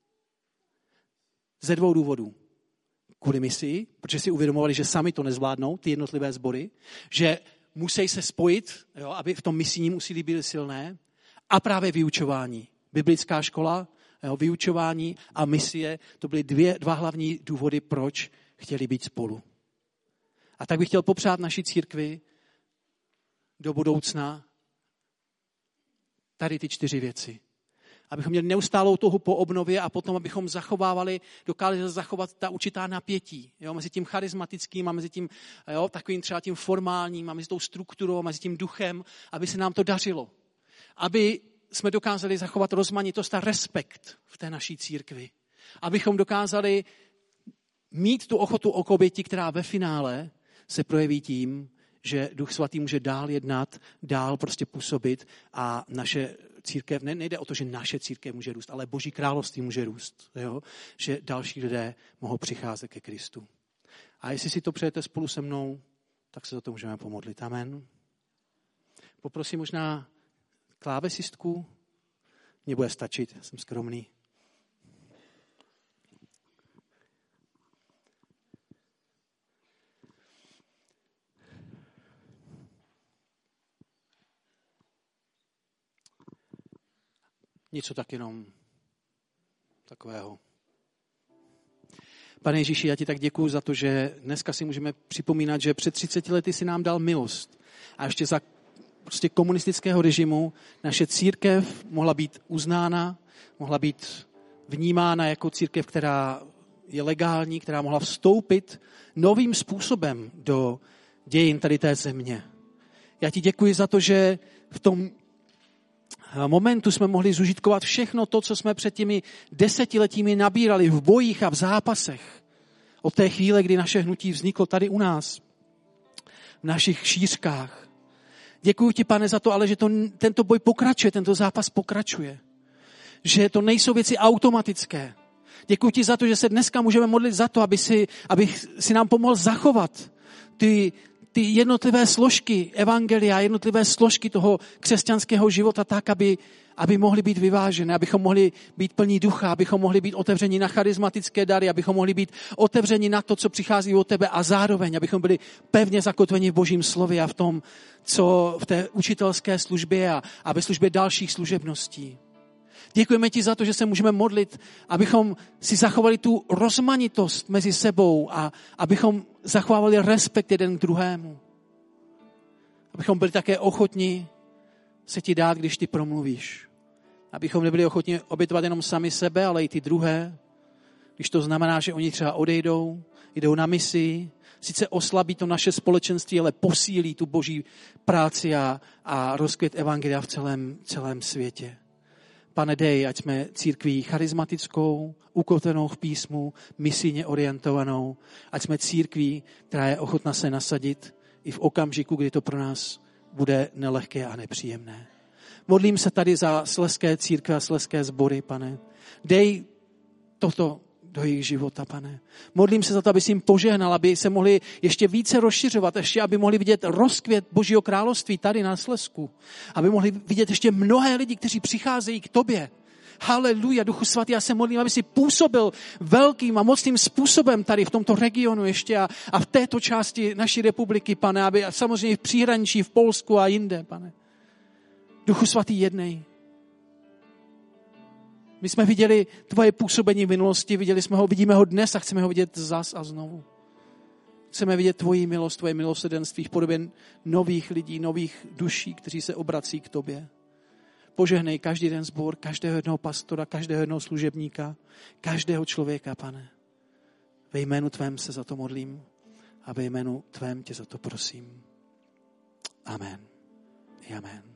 Ze dvou důvodů. Kvůli misii, protože si uvědomovali, že sami to nezvládnou, ty jednotlivé sbory, že musí se spojit, jo, aby v tom misijním úsilí byly silné, a právě vyučování. Biblická škola, jo, vyučování a misie, to byly dvě, dva hlavní důvody, proč chtěli být spolu. A tak bych chtěl popřát naší církvi do budoucna tady ty čtyři věci. Abychom měli neustálou touhu po obnově a potom, abychom zachovávali, dokázali zachovat ta určitá napětí, jo, mezi tím charismatickým a mezi tím, jo, takovým třeba tím formálním a mezi tou strukturou a mezi tím duchem, aby se nám to dařilo. Aby jsme dokázali zachovat rozmanitost a respekt v té naší církvi. Abychom dokázali mít tu ochotu o oběti, která ve finále se projeví tím, že Duch Svatý může dál jednat, dál prostě působit a naše církev, ne, nejde o to, že naše církev může růst, ale Boží království může růst. Jo? Že další lidé mohou přicházet ke Kristu. A jestli si to přejete spolu se mnou, tak se za to můžeme pomodlit. Amen. Poprosím možná klávesistku. Mně bude stačit, já jsem skromný. Něco tak jenom takového. Pane Ježíši, já ti tak děkuju za to, že dneska si můžeme připomínat, že před třiceti lety si nám dal milost. A ještě za prostě komunistického režimu naše církev mohla být uznána, mohla být vnímána jako církev, která je legální, která mohla vstoupit novým způsobem do dějin tady té země. Já ti děkuji za to, že v tom momentu jsme mohli zužitkovat všechno to, co jsme před těmi desetiletími nabírali v bojích a v zápasech. Od té chvíle, kdy naše hnutí vzniklo tady u nás, v našich šířkách. Děkuji ti, Pane, za to, ale že to, tento boj pokračuje, tento zápas pokračuje. Že to nejsou věci automatické. Děkuji ti za to, že se dneska můžeme modlit za to, aby si, aby si nám pomohl zachovat ty, ty jednotlivé složky evangelia, jednotlivé složky toho křesťanského života tak, aby, aby mohly být vyvážené, abychom mohli být plní ducha, abychom mohli být otevřeni na charismatické dary, abychom mohli být otevřeni na to, co přichází od tebe a zároveň, abychom byli pevně zakotveni v Božím slově a v tom, co v té učitelské službě a, a ve službě dalších služebností. Děkujeme ti za to, že se můžeme modlit, abychom si zachovali tu rozmanitost mezi sebou a abychom zachovávali respekt jeden k druhému. Abychom byli také ochotní se ti dát, když ty promluvíš. Abychom nebyli ochotní obětovat jenom sami sebe, ale i ty druhé. Když to znamená, že oni třeba odejdou, jdou na misi, sice oslabí to naše společenství, ale posílí tu boží práci a, a rozkvět evangelia v celém, celém světě. Pane, dej, ať jsme církví charismatickou, ukotvenou v písmu, misijně orientovanou, ať jsme církví, která je ochotna se nasadit i v okamžiku, kdy to pro nás bude nelehké a nepříjemné. Modlím se tady za Slezské církve a Slezské sbory, Pane. Dej toto do jejich života, Pane. Modlím se za to, aby jsi jim požehnal, aby se mohli ještě více rozšiřovat, ještě aby mohli vidět rozkvět Božího království tady na Slezsku. Aby mohli vidět ještě mnohé lidi, kteří přicházejí k tobě. Haleluja, Duchu svatý, já se modlím, aby si působil velkým a mocným způsobem tady v tomto regionu ještě a, a v této části naší republiky, Pane, aby a samozřejmě v příhraničí, v Polsku a jinde, Pane. Duchu svatý, jednej. My jsme viděli tvoje působení v minulosti, viděli jsme ho, vidíme ho dnes a chceme ho vidět zas a znovu. Chceme vidět tvoji milost, tvoje milosrdenství v podobě nových lidí, nových duší, kteří se obrací k tobě. Požehnej každý den sbor, každého jednoho pastora, každého jednoho služebníka, každého člověka, Pane. Ve jménu tvém se za to modlím a ve jménu tvém tě za to prosím. Amen. Amen.